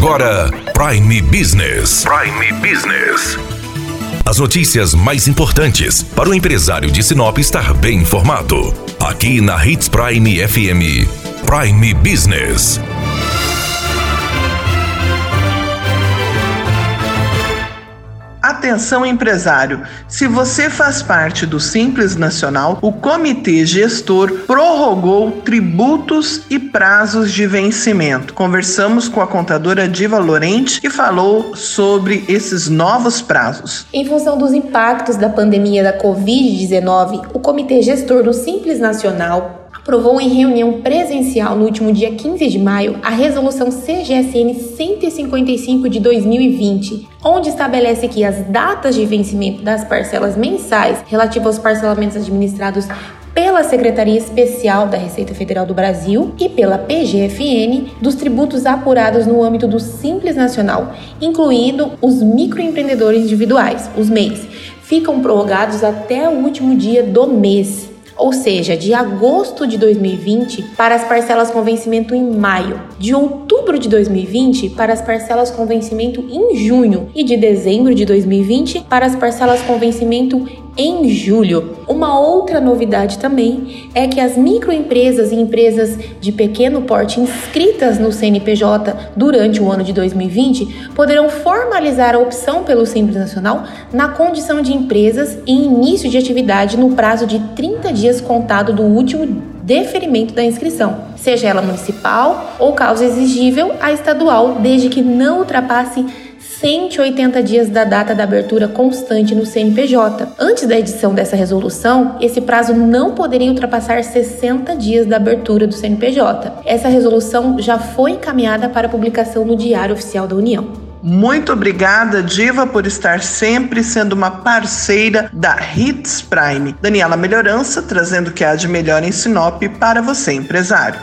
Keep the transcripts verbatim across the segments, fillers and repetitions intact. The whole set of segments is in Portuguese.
agora, Prime Business. Prime Business. As notícias mais importantes para o empresário de Sinop estar bem informado. Aqui na Hits Prime F M. Prime Business. Atenção, empresário! Se você faz parte do Simples Nacional, o Comitê Gestor prorrogou tributos e prazos de vencimento. Conversamos com a contadora Diva Lorente, que falou sobre esses novos prazos. Em função dos impactos da pandemia da covid dezenove, o Comitê Gestor do Simples Nacional aprovou em reunião presencial no último dia quinze de maio a Resolução C G S N cento e cinquenta e cinco de dois mil e vinte, onde estabelece que as datas de vencimento das parcelas mensais relativas aos parcelamentos administrados pela Secretaria Especial da Receita Federal do Brasil e pela P G F N dos tributos apurados no âmbito do Simples Nacional, incluindo os microempreendedores individuais, os M E Is, ficam prorrogados até o último dia do mês. Ou seja, de agosto de dois mil e vinte para as parcelas com vencimento em maio, de outubro de dois mil e vinte para as parcelas com vencimento em junho e de dezembro de dois mil e vinte para as parcelas com vencimento em julho. Uma outra novidade também é que as microempresas e empresas de pequeno porte inscritas no C N P J durante o ano de dois mil e vinte poderão formalizar a opção pelo Simples Nacional na condição de empresas em início de atividade no prazo de trinta dias contado do último deferimento da inscrição, seja ela municipal ou, caso exigível, a estadual, desde que não ultrapasse cento e oitenta dias da data da abertura constante no C N P J. Antes da edição dessa resolução, esse prazo não poderia ultrapassar sessenta dias da abertura do C N P J. Essa resolução já foi encaminhada para publicação no Diário Oficial da União. Muito obrigada, Diva, por estar sempre sendo uma parceira da Hits Prime. Daniela Melhorança, trazendo o que há de melhor em Sinop para você, empresário.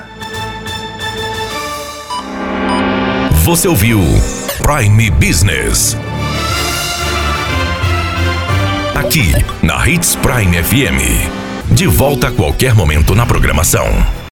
Você ouviu Prime Business. Aqui na Hits Prime F M. De volta a qualquer momento na programação.